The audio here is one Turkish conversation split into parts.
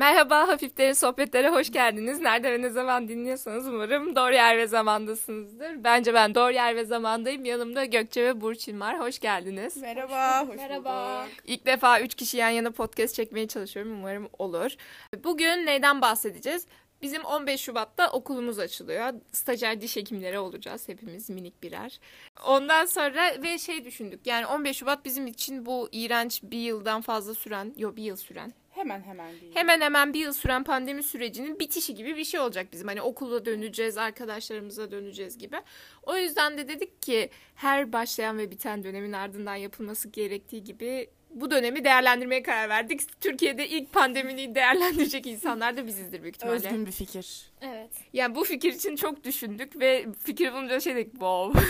Merhaba, Hafif Derin Sohbetlere hoş geldiniz. Nerede ve ne zaman dinliyorsanız umarım doğru yer ve zamandasınızdır. Bence ben doğru yer ve zamandayım. Yanımda Gökçe ve Burçin var. Hoş geldiniz. Merhaba, hoş Merhaba. bulduk. İlk defa 3 kişi yan yana podcast çekmeye çalışıyorum. Umarım olur. Bugün neyden bahsedeceğiz? Bizim 15 Şubat'ta okulumuz açılıyor. Stajyer diş hekimleri olacağız hepimiz minik birer. Ondan sonra ve düşündük. Yani 15 Şubat bizim için bu iğrenç bir yıldan fazla süren, bir yıl süren. Hemen Hemen bir yıl süren pandemi sürecinin bitişi gibi bir şey olacak bizim. Hani okula döneceğiz, arkadaşlarımıza döneceğiz gibi. O yüzden de dedik ki her başlayan ve biten dönemin ardından yapılması gerektiği gibi bu dönemi değerlendirmeye karar verdik. Türkiye'de ilk pandemiyi değerlendirecek insanlar da bizizdir büyük ihtimalle. özgün bir fikir. Evet. Yani bu fikir için çok düşündük ve fikir bulunca dedik wow.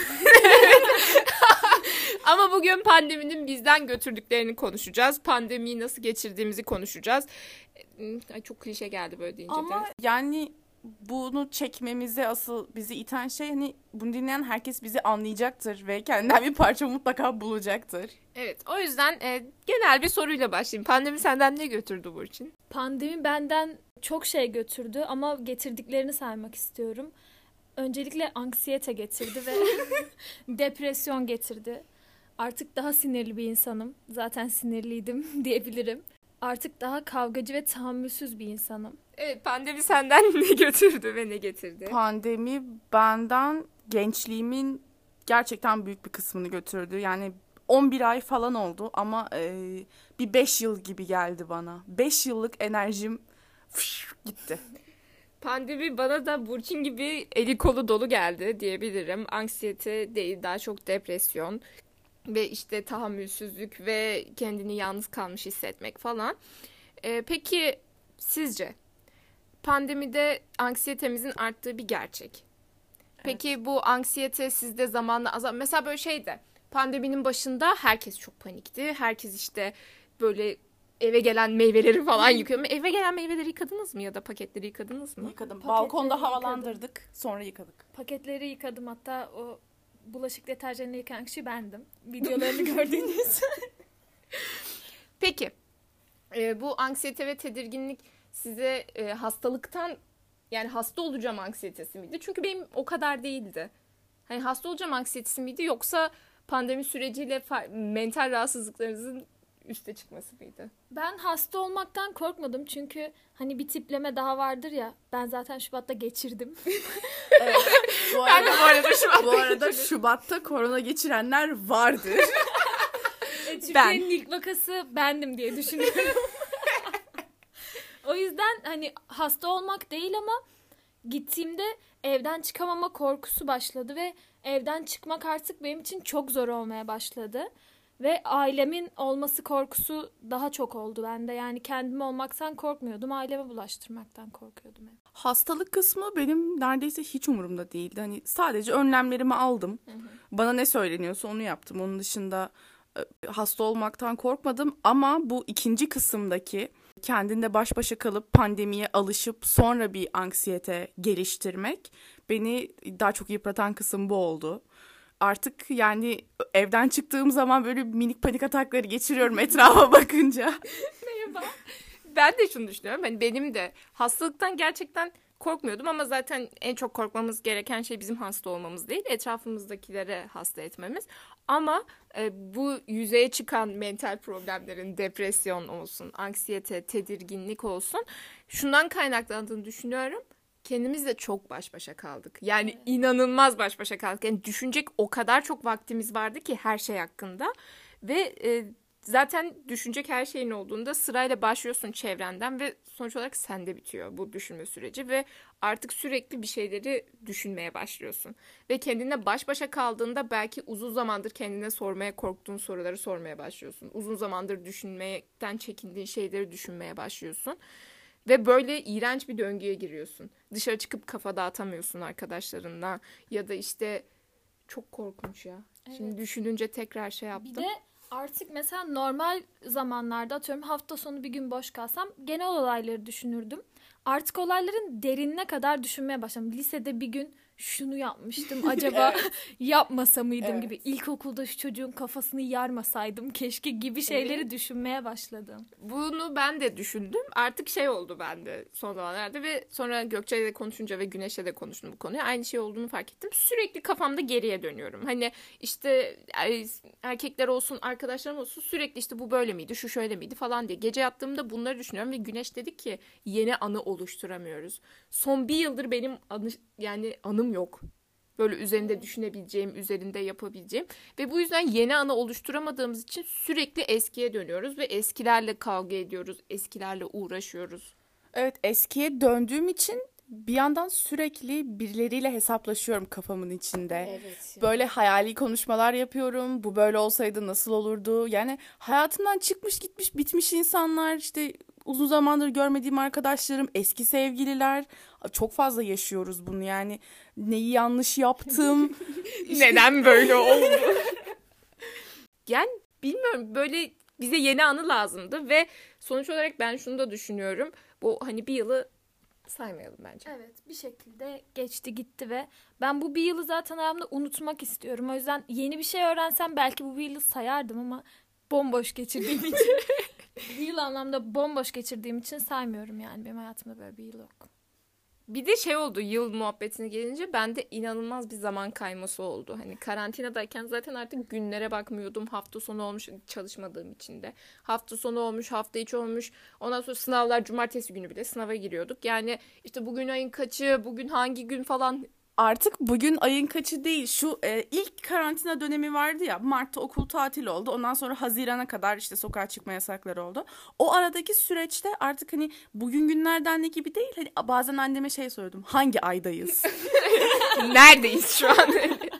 Ama bugün pandeminin bizden götürdüklerini konuşacağız. Pandemiyi nasıl geçirdiğimizi konuşacağız. Ay, çok klişe geldi böyle deyince Ama de. yani bunu çekmemize asıl bizi iten şey hani bunu dinleyen herkes bizi anlayacaktır ve kendinden bir parça mutlaka bulacaktır. Evet, o yüzden genel bir soruyla başlayayım. Pandemi senden ne götürdü Burçin? Pandemi benden çok şey götürdü ama getirdiklerini saymak istiyorum. Öncelikle anksiyete getirdi ve depresyon getirdi. Artık daha sinirli bir insanım. Zaten sinirliydim diyebilirim. Artık daha kavgacı ve tahammülsüz bir insanım. Evet, pandemi senden ne götürdü ve ne getirdi? Pandemi benden gençliğimin gerçekten büyük bir kısmını götürdü. Yani 11 ay falan oldu ama bir 5 yıl gibi geldi bana. 5 yıllık enerjim gitti. Pandemi bana da Burçin gibi eli kolu dolu geldi diyebilirim. Anksiyete değil, daha çok depresyon ve tahammülsüzlük ve kendini yalnız kalmış hissetmek falan. Peki sizce pandemide anksiyetemizin arttığı bir gerçek. Peki bu anksiyete sizde zamanla mesela böyle pandeminin başında herkes çok panikti. Herkes böyle eve gelen meyveleri falan yıkıyor. Eve gelen meyveleri yıkadınız mı ya da paketleri yıkadınız mı? Yıkadım. Paketleri Balkonda havalandırdık, sonra yıkadık. Paketleri yıkadım, hatta o bulaşık deterjanını yıkan kişi bendim. Videolarını gördüğünüz. Peki bu anksiyete ve tedirginlik size hastalıktan, yani hasta olacağım anksiyetesi miydi? Çünkü benim o kadar değildi. Hani hasta olacağım anksiyetesi miydi yoksa pandemi süreciyle mental rahatsızlıklarınızın üste çıkması mıydı? Ben hasta olmaktan korkmadım çünkü hani bir tipleme daha vardır ya. Ben zaten Şubat'ta geçirdim. Evet. Bu arada Şubat'ta korona geçirenler vardır. Türkiye'nin ilk vakası bendim diye düşünüyorum. O yüzden hani hasta olmak değil ama gittiğimde evden çıkamama korkusu başladı ve evden çıkmak artık benim için çok zor olmaya başladı. Ve ailemin olması korkusu daha çok oldu bende. Yani kendim olmaktan korkmuyordum, aileme bulaştırmaktan korkuyordum hep. Hastalık kısmı benim neredeyse hiç umurumda değildi. Hani sadece önlemlerimi aldım. Hı hı. Bana ne söyleniyorsa onu yaptım. Onun dışında hasta olmaktan korkmadım ama bu ikinci kısımdaki kendinde baş başa kalıp pandemiye alışıp sonra bir anksiyete geliştirmek beni daha çok yıpratan kısım bu oldu. Artık yani evden çıktığım zaman böyle minik panik atakları geçiriyorum etrafa bakınca. Merhaba. Ben de şunu düşünüyorum. Hani benim de hastalıktan gerçekten korkmuyordum ama zaten en çok korkmamız gereken şey bizim hasta olmamız değil, etrafımızdakilere hasta etmemiz. Ama bu yüzeye çıkan mental problemlerin, depresyon olsun, anksiyete, tedirginlik olsun, şundan kaynaklandığını düşünüyorum. Kendimizle çok baş başa kaldık. Yani inanılmaz baş başa kaldık. Yani düşünecek o kadar çok vaktimiz vardı ki her şey hakkında. Ve zaten düşünecek her şeyin olduğunda sırayla başlıyorsun çevrenden ve sonuç olarak sende bitiyor bu düşünme süreci. Ve artık sürekli bir şeyleri düşünmeye başlıyorsun. Ve kendine baş başa kaldığında belki uzun zamandır kendine sormaya korktuğun soruları sormaya başlıyorsun. Uzun zamandır düşünmekten çekindiğin şeyleri düşünmeye başlıyorsun. Ve böyle iğrenç bir döngüye giriyorsun. Dışarı çıkıp kafa dağıtamıyorsun arkadaşlarınla. Ya da çok korkunç ya. Evet. Şimdi düşününce tekrar yaptım. Bir de artık mesela normal zamanlarda atıyorum hafta sonu bir gün boş kalsam genel olayları düşünürdüm. Artık olayların derinine kadar düşünmeye başladım. Lisede bir gün şunu yapmıştım acaba yapmasa mıydım Evet. gibi. İlkokulda şu çocuğun kafasını yarmasaydım keşke gibi şeyleri düşünmeye başladım. Bunu ben de düşündüm. Artık şey oldu bende son zamanlarda ve sonra Gökçe'yle de konuşunca ve Güneş'le de konuştum bu konuyu. Aynı şey olduğunu fark ettim. Sürekli kafamda geriye dönüyorum. Hani işte erkekler olsun, arkadaşlarım olsun sürekli işte bu böyle miydi, şu şöyle miydi falan diye. Gece yattığımda bunları düşünüyorum ve Güneş dedi ki yeni anı oluşturamıyoruz. Son bir yıldır benim anım yok. Böyle üzerinde düşünebileceğim, üzerinde yapabileceğim. Ve bu yüzden yeni anı oluşturamadığımız için sürekli eskiye dönüyoruz ve eskilerle kavga ediyoruz, eskilerle uğraşıyoruz. Evet, eskiye döndüğüm için bir yandan sürekli birileriyle hesaplaşıyorum kafamın içinde. Evet. Böyle hayali konuşmalar yapıyorum. Bu böyle olsaydı nasıl olurdu? Yani hayatımdan çıkmış gitmiş bitmiş insanlar, işte uzun zamandır görmediğim arkadaşlarım, eski sevgililer. Çok fazla yaşıyoruz bunu yani. Neyi yanlış yaptım? Neden böyle oldu? Yani bilmiyorum, böyle bize yeni anı lazımdı ve sonuç olarak ben şunu da düşünüyorum. Bu hani bir yılı saymayalım bence. Evet, bir şekilde geçti gitti ve ben bu bir yılı zaten hayatımda unutmak istiyorum. O yüzden yeni bir şey öğrensem belki bu bir yılı sayardım ama bomboş geçirdiğim için bir yıl anlamda bomboş geçirdiğim için saymıyorum yani. Benim hayatımda böyle bir yıl yok. Bir de şey oldu, yıl muhabbetine gelince bende inanılmaz bir zaman kayması oldu. Hani karantinadayken zaten artık günlere bakmıyordum. Hafta sonu olmuş çalışmadığım için de. Hafta sonu olmuş, hafta içi olmuş. Ondan sonra sınavlar, cumartesi günü bile sınava giriyorduk. Yani işte bugün ayın kaçı, bugün hangi gün falan. Artık bugün ayın kaçı değil. Şu ilk karantina dönemi vardı ya. Mart'ta okul tatil oldu. Ondan sonra Haziran'a kadar işte sokağa çıkma yasakları oldu. O aradaki süreçte artık hani bugün günlerden ne gibi değil. Hani bazen anneme şey sordum. Hangi aydayız? Neredeyiz şu an?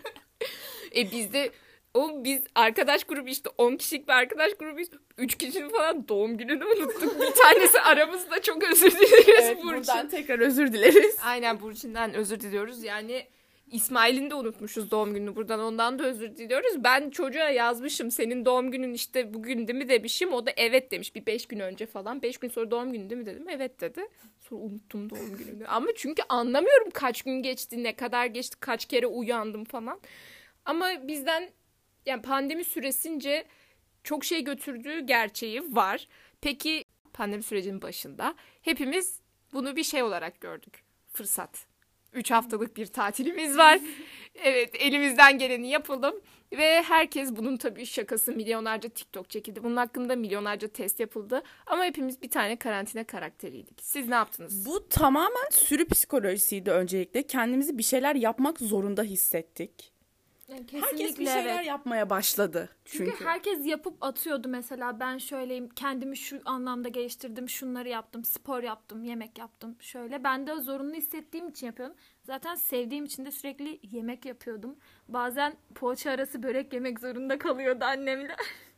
Biz arkadaş grubu işte 10 kişilik bir arkadaş grubuyuz. 3 kişinin falan doğum gününü unuttuk. Bir tanesi aramızda, çok özür dileriz Evet, Burçin. buradan tekrar özür dileriz. Aynen, Burçin'den özür diliyoruz. Yani İsmail'in de unutmuşuz doğum gününü. Buradan ondan da özür diliyoruz. Ben çocuğa yazmışım senin doğum günün işte bugün değil mi demişim. O da evet demiş, bir 5 gün önce falan. 5 gün sonra doğum günü değil mi dedim. Evet dedi. Sonra unuttum doğum gününü. Ama çünkü anlamıyorum kaç gün geçti, ne kadar geçti, kaç kere uyandım falan. Ama bizden yani pandemi süresince çok şey götürdüğü gerçeği var. Peki pandemi sürecinin başında hepimiz bunu bir şey olarak gördük. Fırsat. 3 haftalık bir tatilimiz var. Evet, elimizden geleni yapalım. Ve herkes, bunun tabii şakası, milyonlarca TikTok çekildi. Bunun hakkında milyonlarca test yapıldı. Ama hepimiz bir tane karantina karakteriydik. Siz ne yaptınız? Bu tamamen sürü psikolojisiydi öncelikle. Kendimizi bir şeyler yapmak zorunda hissettik. Yani Herkes bir şeyler yapmaya başladı. Çünkü herkes yapıp atıyordu mesela, ben şöyleyim, kendimi şu anlamda geliştirdim, şunları yaptım, spor yaptım, yemek yaptım şöyle. Ben de zorunlu hissettiğim için yapıyordum. Zaten sevdiğim için de sürekli yemek yapıyordum. Bazen poğaça arası börek yemek zorunda kalıyordu annemle.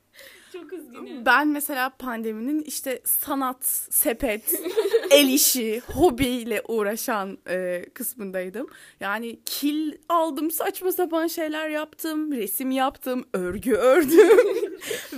Çok üzgünüm. Ben mesela pandeminin işte sanat, sepet, el işi, hobiyle uğraşan kısmındaydım. Yani kil aldım, saçma sapan şeyler yaptım, resim yaptım, örgü ördüm.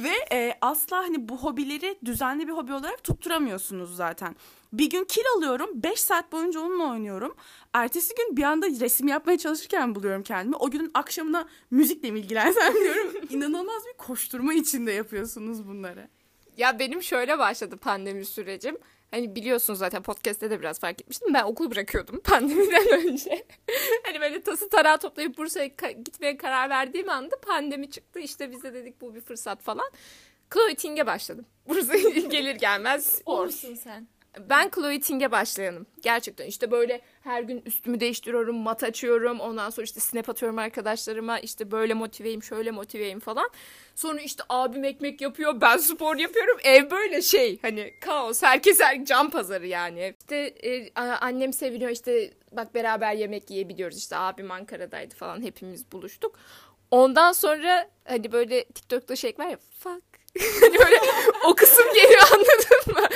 Ve asla hani bu hobileri düzenli bir hobi olarak tutturamıyorsunuz zaten. Bir gün kil alıyorum, 5 saat boyunca onunla oynuyorum. Ertesi gün bir anda resim yapmaya çalışırken buluyorum kendimi. O günün akşamına müzikle mi ilgilensem diyorum. İnanılmaz bir koşturma içinde yapıyorsunuz bunları. Ya benim şöyle başladı pandemi sürecim. Hani biliyorsunuz zaten podcast'te de biraz fark etmiştim. Ben okulu bırakıyordum pandemiden önce. Hani böyle tası tarağı toplayıp Bursa'ya gitmeye karar verdiğim anda pandemi çıktı. İşte biz de dedik bu bir fırsat falan. Chloe Ting'e başladım. Bursa'ya gelir gelmez. Olursun sen. Ben Chloe Ting'e başlayanım. Gerçekten işte böyle her gün üstümü değiştiriyorum, mat açıyorum. Ondan sonra işte snap atıyorum arkadaşlarıma. İşte böyle motiveyim, şöyle motiveyim falan. Sonra işte abim ekmek yapıyor, ben spor yapıyorum. Ev böyle şey, hani kaos. Herkes can pazarı yani. İşte annem seviniyor, işte bak beraber yemek yiyebiliyoruz. İşte abim Ankara'daydı falan, hepimiz buluştuk. Ondan sonra hani böyle TikTok'ta şey var ya, fuck. Hani böyle o kısım geliyor, anladın mı?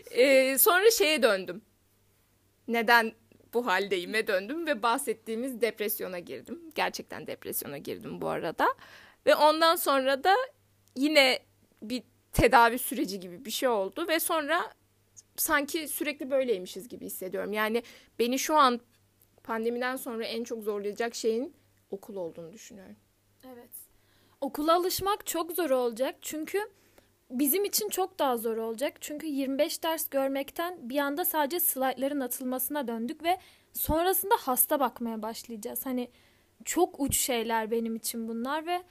Sonra şeye döndüm. Neden bu haldeyime döndüm ve bahsettiğimiz depresyona girdim. Gerçekten depresyona girdim bu arada. Ve ondan sonra da yine bir tedavi süreci gibi bir şey oldu. Ve sonra sanki sürekli böyleymişiz gibi hissediyorum. Yani beni şu an pandemiden sonra en çok zorlayacak şeyin okul olduğunu düşünüyorum. Evet. Okula alışmak çok zor olacak. Çünkü bizim için çok daha zor olacak. Çünkü 25 ders görmekten bir anda sadece slaytların atılmasına döndük ve sonrasında hasta bakmaya başlayacağız. Hani çok uç şeyler benim için bunlar ve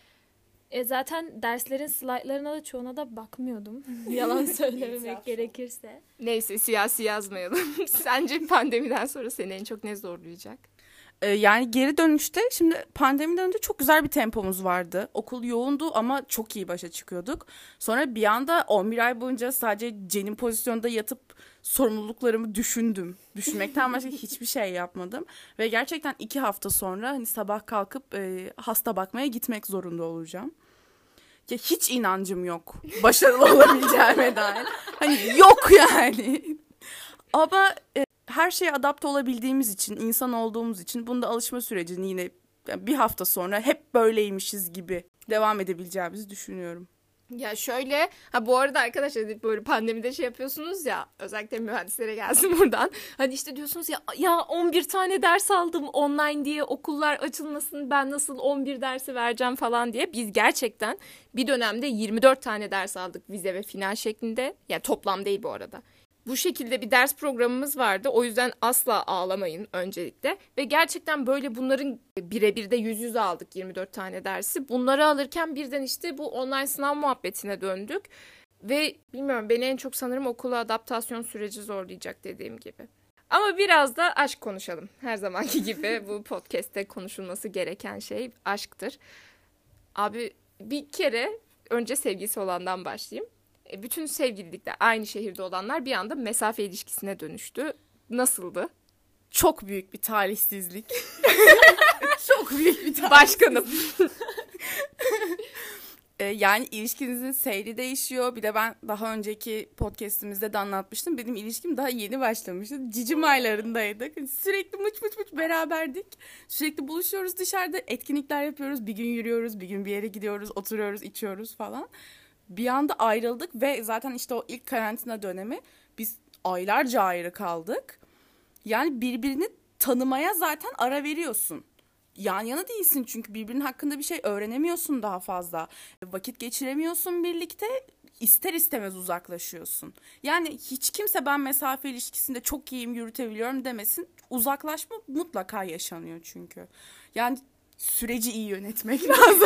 zaten derslerin slaytlarına da çoğuna da bakmıyordum. Yalan söylememek gerekirse. Neyse siyasi yazmayalım. Sence pandemiden sonra seni en çok ne zorlayacak? Yani geri dönüşte şimdi pandemiden önce çok güzel bir tempomuz vardı. Okul yoğundu ama çok iyi başa çıkıyorduk. Sonra bir anda 11 ay boyunca sadece cenin pozisyonda yatıp sorumluluklarımı düşündüm. Düşünmekten başka hiçbir şey yapmadım. Ve gerçekten 2 hafta sonra hani sabah kalkıp hasta bakmaya gitmek zorunda olacağım. Ya hiç inancım yok başarılı olabileceğime dair. Hani yok yani. Ama her şeye adapte olabildiğimiz için, insan olduğumuz için bunda alışma sürecini yine bir hafta sonra hep böyleymişiz gibi devam edebileceğimizi düşünüyorum. Ya şöyle, bu arada arkadaşlar böyle pandemide şey yapıyorsunuz ya, özellikle mühendislere gelsin buradan. Hani işte diyorsunuz ya 11 tane ders aldım online diye, okullar açılmasın, ben nasıl 11 dersi vereceğim falan diye. Biz gerçekten bir dönemde 24 tane ders aldık vize ve final şeklinde. Yani toplam değil bu arada. Bu şekilde bir ders programımız vardı. O yüzden asla ağlamayın öncelikle. Ve gerçekten böyle bunların birebir de yüz yüze aldık 24 tane dersi. Bunları alırken birden işte bu online sınav muhabbetine döndük. Ve bilmiyorum, beni en çok sanırım okula adaptasyon süreci zorlayacak dediğim gibi. Ama biraz da aşk konuşalım. Her zamanki gibi bu podcast'te konuşulması gereken şey aşktır. Abi bir kere önce sevgilisi olandan başlayayım. Bütün sevgililikler, aynı şehirde olanlar bir anda mesafe ilişkisine dönüştü. Nasıldı? Çok büyük bir talihsizlik. Çok büyük bir talihsizlik. Başkanım. Yani ilişkinizin seyri değişiyor. Bir de ben daha önceki podcastimizde de anlatmıştım. Benim ilişkim daha yeni başlamıştı. Cicim aylarındaydık. Sürekli mıç beraberdik. Sürekli buluşuyoruz dışarıda. Etkinlikler yapıyoruz. Bir gün yürüyoruz, bir gün bir yere gidiyoruz, oturuyoruz, içiyoruz falan. Bir anda ayrıldık ve zaten işte o ilk karantina dönemi biz aylarca ayrı kaldık. Yani birbirini tanımaya zaten ara veriyorsun. Yan yana değilsin çünkü birbirinin hakkında bir şey öğrenemiyorsun daha fazla. Vakit geçiremiyorsun birlikte, ister istemez uzaklaşıyorsun. Yani hiç kimse ben mesafe ilişkisinde çok iyiyim, yürütebiliyorum demesin. Uzaklaşma mutlaka yaşanıyor çünkü. Yani süreci iyi yönetmek lazım.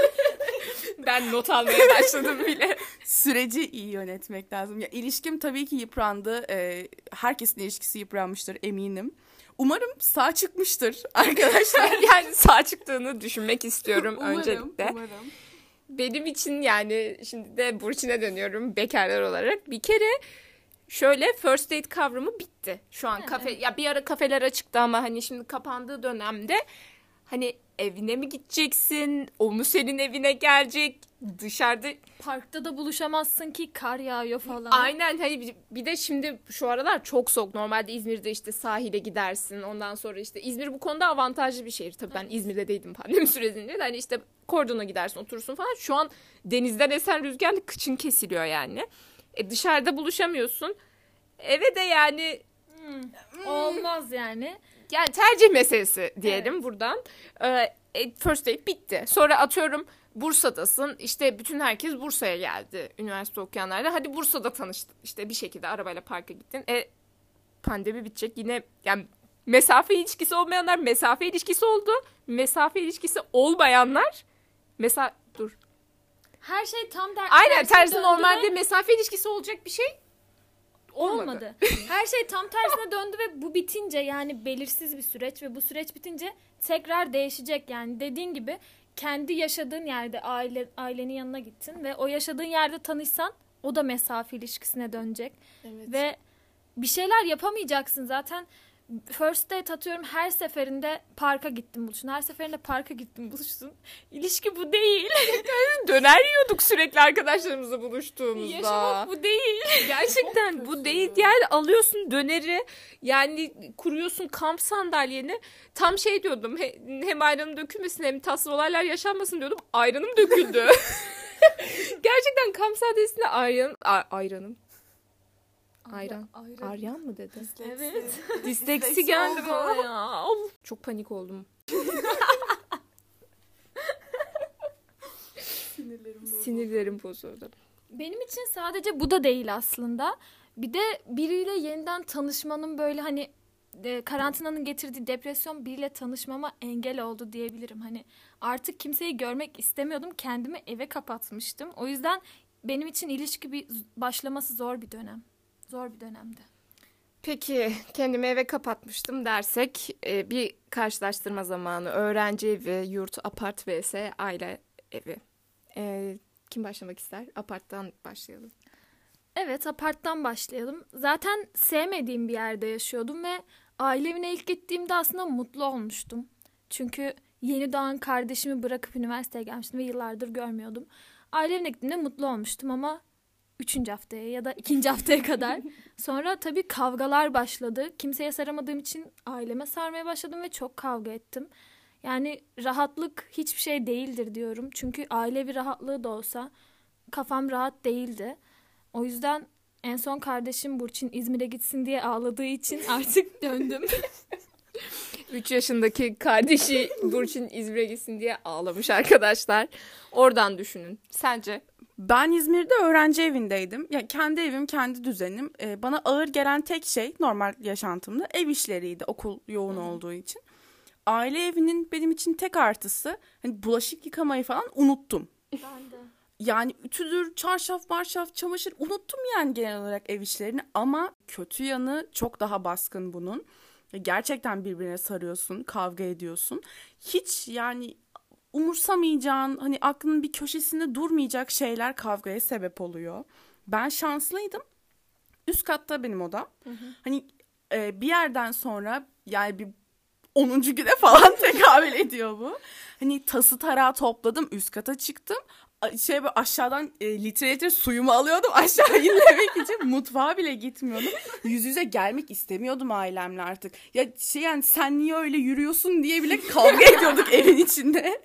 Ben not almaya başladım bile. Süreci iyi yönetmek lazım. Ya ilişkim tabii ki yıprandı. Herkesin ilişkisi yıpranmıştır eminim. Umarım sağ çıkmıştır arkadaşlar. Yani sağ çıktığını düşünmek istiyorum öncelikle. Umarım. Benim için yani şimdi de Burçin'e dönüyorum bekarlar olarak. Bir kere şöyle first date kavramı bitti. Şu an ya bir ara kafeler açıktı ama hani şimdi kapandığı dönemde hani evine mi gideceksin? O mu senin evine gelecek? Dışarıda Parkta da buluşamazsın ki kar yağıyor falan. aynen, hani bir de şimdi şu aralar çok soğuk. Normalde İzmir'de işte sahile gidersin. Ondan sonra işte İzmir bu konuda avantajlı bir şehir. Tabii ben İzmir'de değildim pandemi sürecince de. Hani işte kordona gidersin, oturursun falan. Şu an denizden esen rüzgarla kıçın kesiliyor yani. Dışarıda buluşamıyorsun. Eve de yani Olmaz yani. yani tercih meselesi diyelim buradan. First date bitti. Sonra atıyorum Bursa'dasın. İşte bütün herkes Bursa'ya geldi. Üniversite okuyanlarla. Hadi Bursa'da tanıştın. İşte bir şekilde arabayla parka gittin. Pandemi bitecek. Yine yani mesafe ilişkisi olmayanlar mesafe ilişkisi oldu. Mesafe ilişkisi olmayanlar dur. Her şey tam Aynen tersi döndü normalde ve mesafe ilişkisi olacak bir şey olmadı. Her şey tam tersine döndü ve bu bitince, yani belirsiz bir süreç ve bu süreç bitince tekrar değişecek. Yani dediğin gibi kendi yaşadığın yerde ailenin yanına gittin ve o yaşadığın yerde tanışsan o da mesafe ilişkisine dönecek. Evet. Ve bir şeyler yapamayacaksın zaten. First date atıyorum, her seferinde parka gittim buluştun. Her seferinde parka gittim buluştun. İlişki bu değil. Döner yiyorduk sürekli arkadaşlarımızla buluştuğumuzda. Yaşamak bu değil. Gerçekten bu değil. Yani alıyorsun döneri, yani kuruyorsun kamp sandalyeni. Tam şey diyordum, hem ayranım dökülmesin hem tatsız olaylar yaşanmasın diyordum. Ayranım döküldü. Gerçekten kamp sandalyesinde ayranım. Ayran. Aryan mı dedi? Evet. Disleksi geldi bana ya. Of, çok panik oldum. Sinirlerim bozuldu. Benim için sadece bu da değil aslında. Bir de biriyle yeniden tanışmanın böyle hani karantinanın getirdiği depresyon biriyle tanışmama engel oldu diyebilirim. Hani artık kimseyi görmek istemiyordum. Kendimi eve kapatmıştım. O yüzden benim için ilişki başlaması zor bir dönem. Zor bir dönemdi. Peki kendimi eve kapatmıştım dersek bir karşılaştırma zamanı. Öğrenci evi, yurt, apart vs aile evi. Kim başlamak ister? Aparttan başlayalım. Evet, aparttan başlayalım. Zaten sevmediğim bir yerde yaşıyordum ve aile evine ilk gittiğimde aslında mutlu olmuştum. Çünkü yeni doğan kardeşimi bırakıp üniversiteye gelmiştim ve yıllardır görmüyordum. Aile evine gittiğimde mutlu olmuştum ama 3. haftaya ya da 2. haftaya kadar. Sonra tabii kavgalar başladı. Kimseye saramadığım için aileme sarmaya başladım ve çok kavga ettim. Yani rahatlık hiçbir şey değildir diyorum. Çünkü ailevi rahatlığı da olsa kafam rahat değildi. O yüzden en son kardeşim Burçin İzmir'e gitsin diye ağladığı için artık döndüm. 3 yaşındaki kardeşi Burçin İzmir'e gitsin diye ağlamış arkadaşlar. Oradan düşünün. Sence? Ben İzmir'de öğrenci evindeydim. Ya kendi evim, kendi düzenim. Bana ağır gelen tek şey normal yaşantımda ev işleriydi, okul yoğun olduğu için. Aile evinin benim için tek artısı hani bulaşık yıkamayı falan unuttum. Ben de. Yani ütüdür, çarşaf, marşaf, çamaşır unuttum yani genel olarak ev işlerini ama kötü yanı çok daha baskın bunun. Gerçekten birbirine sarıyorsun, kavga ediyorsun. Hiç yani umursamayacağın, hani aklının bir köşesinde durmayacak şeyler kavgaya sebep oluyor. Ben şanslıydım. Üst katta benim odam. Hani bir yerden sonra yani bir 10. güne falan tekabül ediyor bu. Hani tası tarağı topladım, üst kata çıktım. Böyle aşağıdan litre suyumu alıyordum aşağı inlemek için. Mutfağa bile gitmiyordum. Yüz yüze gelmek istemiyordum ailemle artık. Ya yani sen niye öyle yürüyorsun diye bile kavga ediyorduk evin içinde.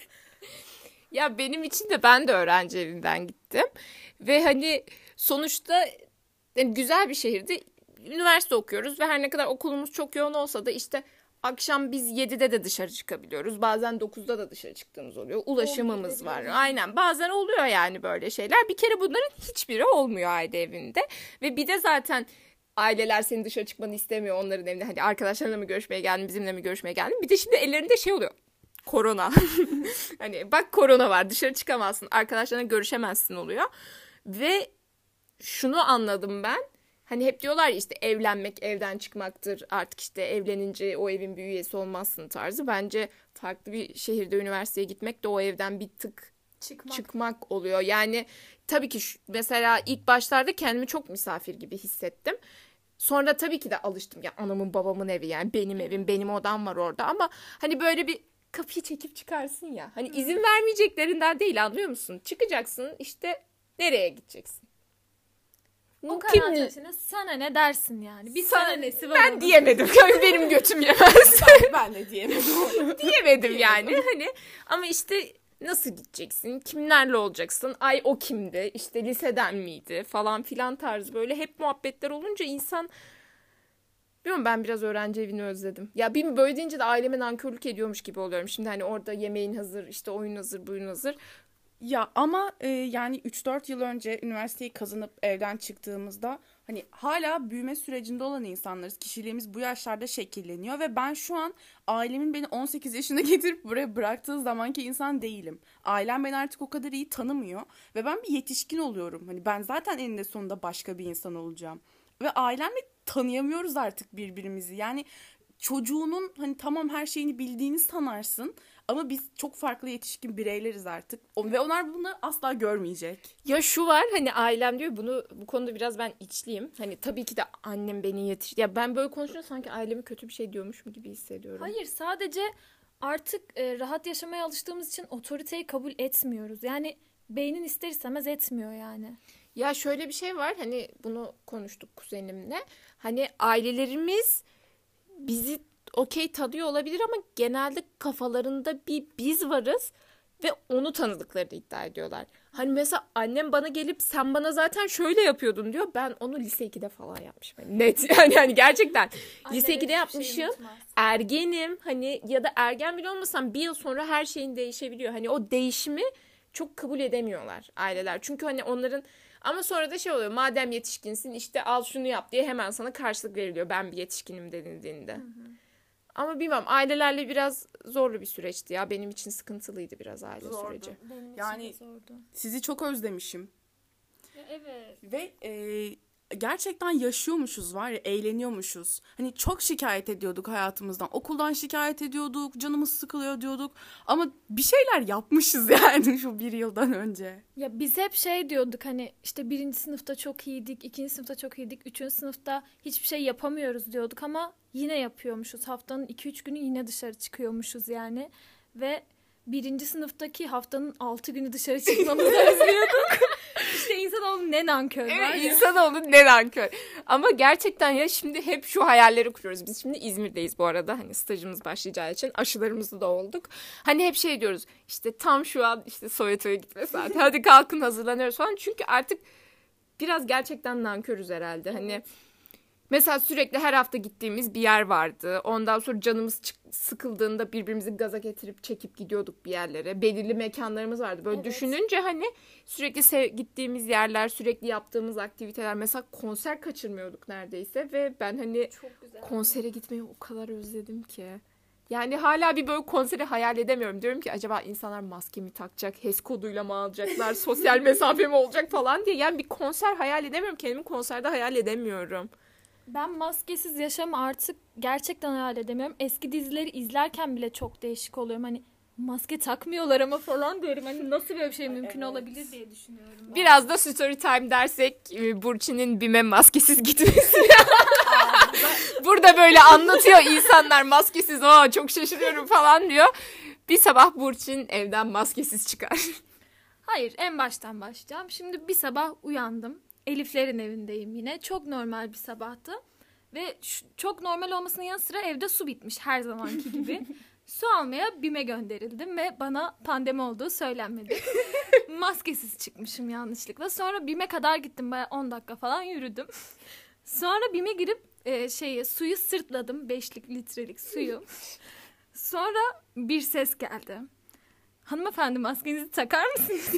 Ya benim için de ben de öğrenci evinden gittim. Ve hani sonuçta yani güzel bir şehirdi. Üniversite okuyoruz ve her ne kadar okulumuz çok yoğun olsa da işte akşam biz 7'de de dışarı çıkabiliyoruz. Bazen 9'da da dışarı çıktığımız oluyor. Ulaşımımız var. Aynen bazen oluyor yani böyle şeyler. Bir kere bunların hiçbiri olmuyor aile evinde. Ve bir de zaten aileler senin dışarı çıkmanı istemiyor onların evinde. Hani arkadaşlarla mı görüşmeye geldin, bizimle mi görüşmeye geldin? Bir de şimdi ellerinde şey oluyor. Korona. Hani bak korona var, dışarı çıkamazsın, arkadaşlarına görüşemezsin oluyor. Ve şunu anladım ben. Hani hep diyorlar ya işte evlenmek evden çıkmaktır. Artık işte evlenince o evin bir üyesi olmazsın tarzı. Bence farklı bir şehirde üniversiteye gitmek de o evden bir tık çıkmak oluyor. Yani tabii ki mesela ilk başlarda kendimi çok misafir gibi hissettim. Sonra tabii ki de alıştım. Ya anamın babamın evi yani benim evim, benim odam var orada. Ama hani böyle bir kapıyı çekip çıkarsın ya. Hani izin vermeyeceklerinden değil, anlıyor musun? Çıkacaksın işte, nereye gideceksin? O karantinasına sana ne dersin yani? Bir sana nesi var? Ben onun diyemedim. Benim götüm yemez. Ben de diyemedim. Diyemedim yani. Hani ama işte nasıl gideceksin? Kimlerle olacaksın? Ay o kimdi? İşte liseden miydi? Falan filan tarzı böyle hep muhabbetler olunca insan, bilmiyorum, ben biraz öğrenci evini özledim. Ya bilmiyorum, böyle deyince de aileme nankörlük ediyormuş gibi oluyorum. Şimdi hani orada yemeğin hazır, işte oyun hazır, buyun hazır. Ya ama yani 3-4 yıl önce üniversiteyi kazanıp evden çıktığımızda hani hala büyüme sürecinde olan insanlarız. Kişiliğimiz bu yaşlarda şekilleniyor ve ben şu an ailemin beni 18 yaşında getirip buraya bıraktığı zamanki insan değilim. Ailem beni artık o kadar iyi tanımıyor ve ben bir yetişkin oluyorum. Hani ben zaten eninde sonunda başka bir insan olacağım. Ve ailemle tanıyamıyoruz artık birbirimizi. Yani çocuğunun hani tamam her şeyini bildiğini sanarsın ama biz çok farklı yetişkin bireyleriz artık ve onlar bunu asla görmeyecek. Ya şu var, hani ailem diyor, bu konuda biraz ben içliyim. Hani tabii ki de annem beni yetiştirdi. Ya ben böyle konuşunca sanki aileme kötü bir şey diyormuşum gibi hissediyorum. Hayır, sadece artık rahat yaşamaya alıştığımız için otoriteyi kabul etmiyoruz. Yani beynin ister istemez etmiyor yani. Ya şöyle bir şey var, hani bunu konuştuk kuzenimle. Hani ailelerimiz bizi okey tanıyor olabilir ama genelde kafalarında bir biz varız ve onu tanıdıklarını iddia ediyorlar. Hani mesela annem bana gelip sen bana zaten şöyle yapıyordun diyor. Ben onu lise 2'de falan yapmışım. Hani net yani gerçekten. Lise 2'de yapmışım. Ergenim hani ya da ergen bile olmasam bir yıl sonra her şeyin değişebiliyor. Hani o değişimi çok kabul edemiyorlar aileler. Çünkü hani onların ama sonra da şey oluyor. Madem yetişkinsin işte al şunu yap diye hemen sana karşılık veriliyor. Ben bir yetişkinim denildiğinde. Ama bilmem ailelerle biraz zorlu bir süreçti ya. Benim için sıkıntılıydı biraz aile süreci. Benim Yani için de zordu. sizi çok özlemişim. Ya evet. Ve gerçekten yaşıyormuşuz var ya, eğleniyormuşuz. Hani çok şikayet ediyorduk hayatımızdan. Okuldan şikayet ediyorduk, canımız sıkılıyor diyorduk. Ama bir şeyler yapmışız yani şu bir yıldan önce. Ya biz hep şey diyorduk hani işte 1. sınıfta çok iyiydik, 2. sınıfta çok iyiydik, 3. sınıfta hiçbir şey yapamıyoruz diyorduk ama yine yapıyormuşuz. Haftanın 2-3 günü yine dışarı çıkıyormuşuz yani. Ve 1. sınıftaki haftanın 6 günü dışarı çıkmamızı özlüyorduk. İşte insanoğlu ne nankör var Evet, ya. insanoğlu ne nankör. Ama gerçekten ya şimdi hep şu hayalleri kuruyoruz. Biz şimdi İzmir'deyiz bu arada. Hani stajımız başlayacağı için aşılarımızı da olduk. Hani hep şey diyoruz. İşte tam şu an işte Sovyet'e gitme saati. Hadi kalkın hazırlanıyoruz falan. Çünkü artık biraz gerçekten nankörüz herhalde. Hani mesela sürekli her hafta gittiğimiz bir yer vardı. Ondan sonra canımız sıkıldığında birbirimizi gaza getirip çekip gidiyorduk bir yerlere. Belirli mekanlarımız vardı. Böyle düşününce hani sürekli gittiğimiz yerler, sürekli yaptığımız aktiviteler. Mesela konser kaçırmıyorduk neredeyse. Ve ben hani konsere gitmeyi o kadar özledim ki. Yani hala bir böyle konseri hayal edemiyorum. Diyorum ki acaba insanlar maske mi takacak, HES koduyla mı alacaklar, sosyal mesafe mi olacak falan diye. Yani bir konser hayal edemiyorum. Kendimi konserde hayal edemiyorum. Ben maskesiz yaşamı artık gerçekten hayal edemiyorum. Eski dizileri izlerken bile çok değişik oluyorum. Hani maske takmıyorlar ama falan diyorum. Hani nasıl böyle bir şey mümkün olabilir diye düşünüyorum. Ben. Biraz da story time dersek Burçin'in BİM'e maskesiz gitmesi. Burada böyle anlatıyor insanlar maskesiz. Çok şaşırıyorum falan diyor. Bir sabah Burçin evden maskesiz çıkar. Hayır, en baştan başlayacağım. Şimdi bir sabah uyandım. Eliflerin evindeyim yine. Çok normal bir sabahtı. Ve çok normal olmasının yanı sıra evde su bitmiş her zamanki gibi. Su almaya BİM'e gönderildim ve bana pandemi olduğu söylenmedi. Maskesiz çıkmışım yanlışlıkla. Sonra BİM'e kadar gittim. Bayağı 10 dakika falan yürüdüm. Sonra BİM'e girip suyu sırtladım. 5'lik litrelik suyu. Sonra bir ses geldi. Hanımefendi maskenizi takar mısınız?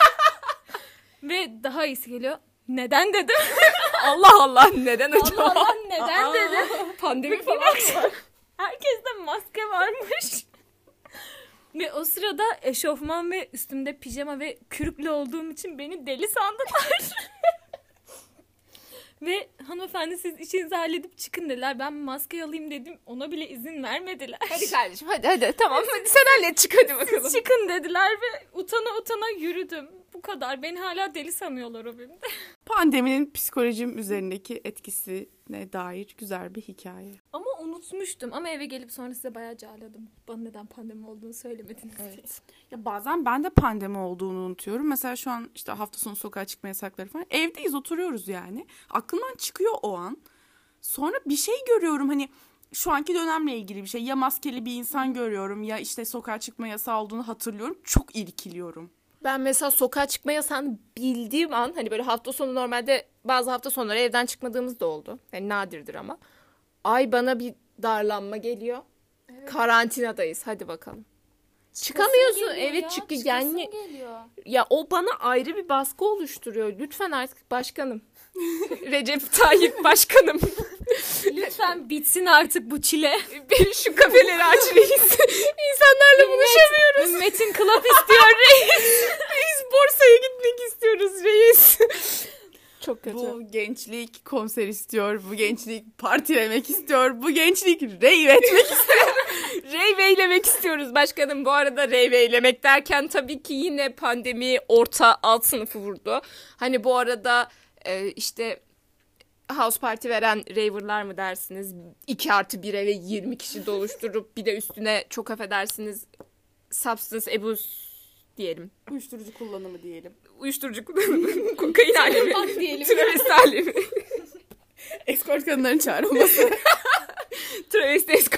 Ve daha iyisi geliyor. Neden dedim. Allah Allah neden acaba? Allah Allah neden dedim. Pandemi falan var. Herkeste maske varmış. Ve o sırada eşofman ve üstümde pijama ve kürklü olduğum için beni deli sandılar. Ve hanımefendi siz işinizi halledip çıkın dediler. Ben maske alayım dedim. Ona bile izin vermediler. Hadi kardeşim hadi tamam hadi sen hallet çık hadi bakalım. Siz çıkın dediler ve utana yürüdüm. Bu kadar. Beni hala deli sanıyorlar o benim de. Pandeminin psikolojim üzerindeki etkisine dair güzel bir hikaye. Ama unutmuştum. Ama eve gelip sonra size bayağı cağladım. Bana neden pandemi olduğunu söylemediniz diye. Evet. Ya bazen ben de pandemi olduğunu unutuyorum. Mesela şu an işte hafta sonu sokağa çıkma yasakları falan. Evdeyiz, oturuyoruz yani. Aklımdan çıkıyor o an. Sonra bir şey görüyorum hani şu anki dönemle ilgili bir şey. Ya maskeli bir insan görüyorum ya işte sokağa çıkma yasağı olduğunu hatırlıyorum. Çok irkiliyorum. Ben mesela sokağa çıkma yasağını bildiğim an hani böyle hafta sonu normalde bazı hafta sonları evden çıkmadığımız da oldu. Yani nadirdir ama. Ay bana bir darlanma geliyor. Evet. Karantinadayız hadi bakalım. Çıkamıyorsun. Evet çünkü yani ya o bana ayrı bir baskı oluşturuyor. Lütfen artık başkanım. Recep Tayyip başkanım. Lütfen bitsin artık bu çile. Bir şu kafeleri aç reis. İnsanlarla buluşamıyoruz. Ümmetin club istiyor reis. Reis borsaya gitmek istiyoruz reis. Çok kötü. Bu gençlik konser istiyor, bu gençlik partilemek istiyor, bu gençlik rave etmek istiyor. Rave eylemek istiyoruz başkanım. Bu arada rave eylemek derken tabii ki yine pandemi orta alt sınıfı vurdu. Hani bu arada işte house party veren raverlar mı dersiniz? 2+1 eve 20 kişi doluşturup bir de üstüne çok affedersiniz substance abuse diyelim. Uyuşturucu kullanımı diyelim. Uyuşturucu kullanımı. Kokain alemi. Diyelim. Travesti alemi. Escort kadınların çağrılması. Travesti escort'un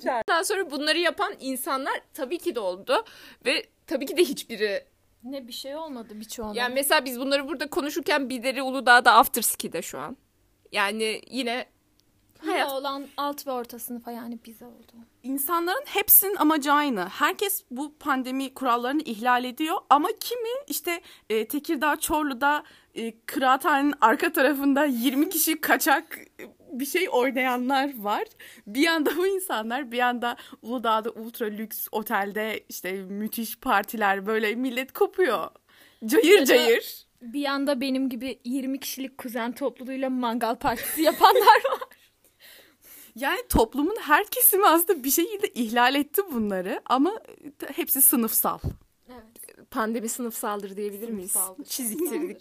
çağırdı. Daha sonra bunları yapan insanlar tabii ki de oldu. Ve tabii ki de hiçbiri... Ne bir şey olmadı birçoğuna. Yani mesela biz bunları burada konuşurken birileri Uludağ'da afterski'de şu an. Yani yine hayat olan alt ve orta sınıfa yani bize oldu. İnsanların hepsinin amacı aynı. Herkes bu pandemi kurallarını ihlal ediyor ama kimi işte Tekirdağ Çorlu'da kıraathanenin arka tarafında 20 kişi kaçak bir şey oynayanlar var. Bir yanda bu insanlar, bir yanda Uludağ'da ultra lüks otelde işte müthiş partiler, böyle millet kopuyor. Cayır cayır. Bir yanda benim gibi 20 kişilik kuzen topluluğuyla mangal partisi yapanlar var. Yani toplumun her kesimi aslında bir şekilde ihlal etti bunları ama hepsi sınıfsal. Evet. Pandemi sınıfsaldır diyebilir miyiz? Sınıfsaldır. Çiziktirdik.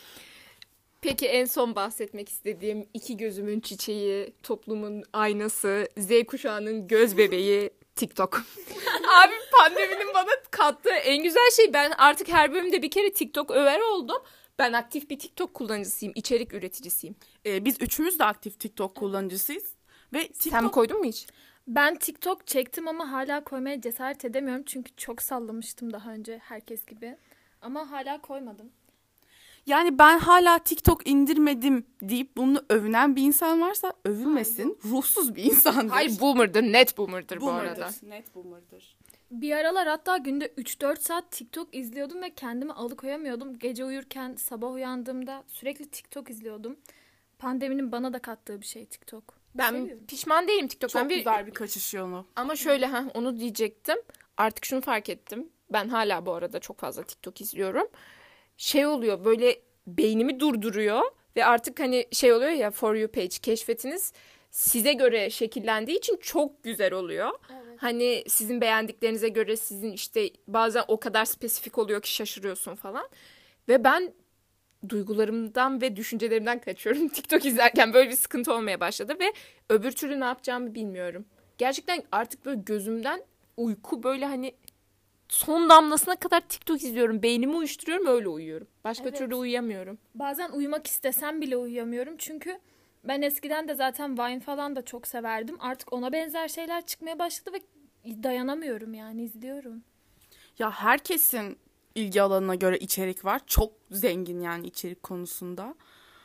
Peki en son bahsetmek istediğim iki gözümün çiçeği, toplumun aynası, Z kuşağının göz bebeği TikTok. Abi pandeminin bana kattığı en güzel şey, ben artık her bölümde bir kere TikTok över oldum. Ben aktif bir TikTok kullanıcısıyım, içerik üreticisiyim. Biz üçümüz de aktif TikTok kullanıcısıyız. Ve TikTok... Sen koydun mu hiç? Ben TikTok çektim ama hala koymaya cesaret edemiyorum. Çünkü çok sallamıştım daha önce herkes gibi. Ama hala koymadım. Yani ben hala TikTok indirmedim deyip bunu övünen bir insan varsa övülmesin. Ruhsuz bir insandır. Hayır, boomer'dır, net boomer'dır bu arada. Net boomer'dır. Bir aralar hatta günde 3-4 saat TikTok izliyordum ve kendimi alıkoyamıyordum. Gece uyurken, sabah uyandığımda sürekli TikTok izliyordum. Pandeminin bana da kattığı bir şey TikTok. Ben seviyorum. pişman değilim TikTok'tan. Çok güzel bir kaçış yolu. Ama şöyle onu diyecektim. Artık şunu fark ettim. Ben hala bu arada çok fazla TikTok izliyorum. Şey oluyor, böyle beynimi durduruyor ve artık hani şey oluyor ya, For You page, keşfetiniz size göre şekillendiği için çok güzel oluyor. Evet. Hani sizin beğendiklerinize göre, sizin işte bazen o kadar spesifik oluyor ki şaşırıyorsun falan. Ve ben duygularımdan ve düşüncelerimden kaçıyorum TikTok izlerken. Böyle bir sıkıntı olmaya başladı ve öbür türlü ne yapacağımı bilmiyorum. Gerçekten artık böyle gözümden uyku, böyle hani son damlasına kadar TikTok izliyorum. Beynimi uyuşturuyorum, öyle uyuyorum. Başka Evet. türlü uyuyamıyorum. Bazen uyumak istesem bile uyuyamıyorum. Çünkü ben eskiden de zaten Vine falan da çok severdim. Artık ona benzer şeyler çıkmaya başladı ve dayanamıyorum yani, izliyorum. Ya herkesin ilgi alanına göre içerik var. Çok zengin yani içerik konusunda.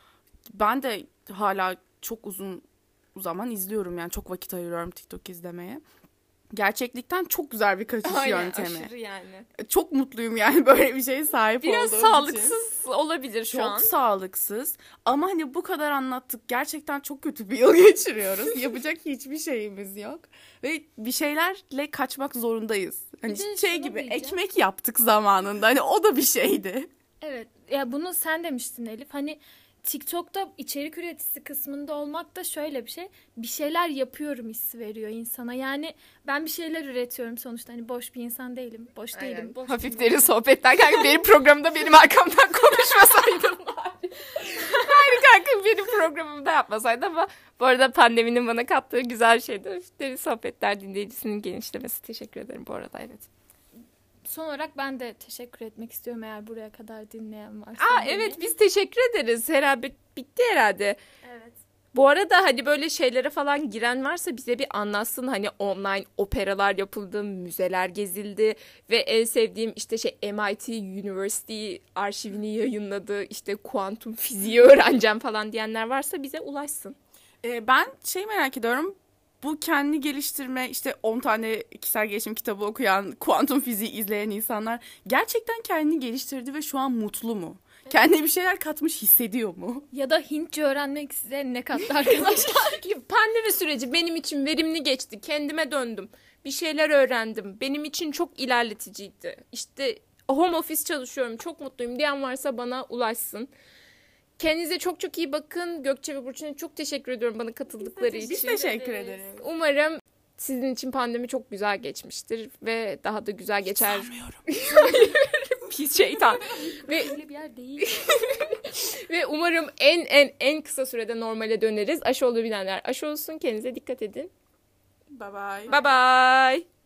Ben de hala çok uzun zaman izliyorum, yani çok vakit ayırıyorum TikTok izlemeye. Gerçeklikten çok güzel bir kaçış yöntemi. Aşırı yani. Çok mutluyum yani böyle bir şeye sahip olduğum Biraz için. sağlıksız olabilir şu an. Çok sağlıksız ama hani bu kadar anlattık, gerçekten çok kötü bir yıl geçiriyoruz. Yapacak hiçbir şeyimiz yok ve bir şeylerle kaçmak zorundayız. Hani şey gibi ekmek yaptık zamanında, hani o da bir şeydi. Evet ya, bunu sen demiştin Elif. Hani TikTok'ta içerik üreticisi kısmında olmak da şöyle bir şey. Bir şeyler yapıyorum hissi veriyor insana. Yani ben bir şeyler üretiyorum sonuçta. Hani boş bir insan değilim. Boş Aynen. değilim. Boş Hafif değilim. derin sohbetler. Kanka benim programda benim arkamdan konuşmasaydın bari. Hayır kanka, benim programımda yapmasaydın, ama bu arada pandeminin bana kattığı güzel şeydi. Hafif derin sohbetler, dinleyicisinin genişlemesi. Teşekkür ederim bu arada, evet. Son olarak ben de teşekkür etmek istiyorum eğer buraya kadar dinleyen varsa. Evet, biz teşekkür ederiz. Herhalde bitti herhalde. Evet. Bu arada hani böyle şeylere falan giren varsa bize bir anlatsın. Hani online operalar yapıldı, müzeler gezildi ve en sevdiğim işte MIT University arşivini yayınladı. İşte kuantum fiziği öğreneceğim falan diyenler varsa bize ulaşsın. Ben merak ediyorum. Bu kendini geliştirme, işte 10 tane kişisel gelişim kitabı okuyan, kuantum fiziği izleyen insanlar gerçekten kendini geliştirdi ve şu an mutlu mu? Evet. Kendine bir şeyler katmış hissediyor mu? Ya da Hintçe öğrenmek size ne kattı arkadaşlar? Pandemi süreci benim için verimli geçti. Kendime döndüm. Bir şeyler öğrendim. Benim için çok ilerleticiydi. İşte home office çalışıyorum, çok mutluyum diyen varsa bana ulaşsın. Kendinize çok çok iyi bakın. Gökçe ve Burçin'e çok teşekkür ediyorum bana katıldıkları için. Biz teşekkür ederiz. Umarım sizin için pandemi çok güzel geçmiştir ve daha da güzel geçer. Sanmıyorum. Pis şeytan. Ve Öyle bir yer değil. ve umarım en kısa sürede normale döneriz. Aşı olabilenler aşı olsun. Kendinize dikkat edin. Bye bye. Bye bye.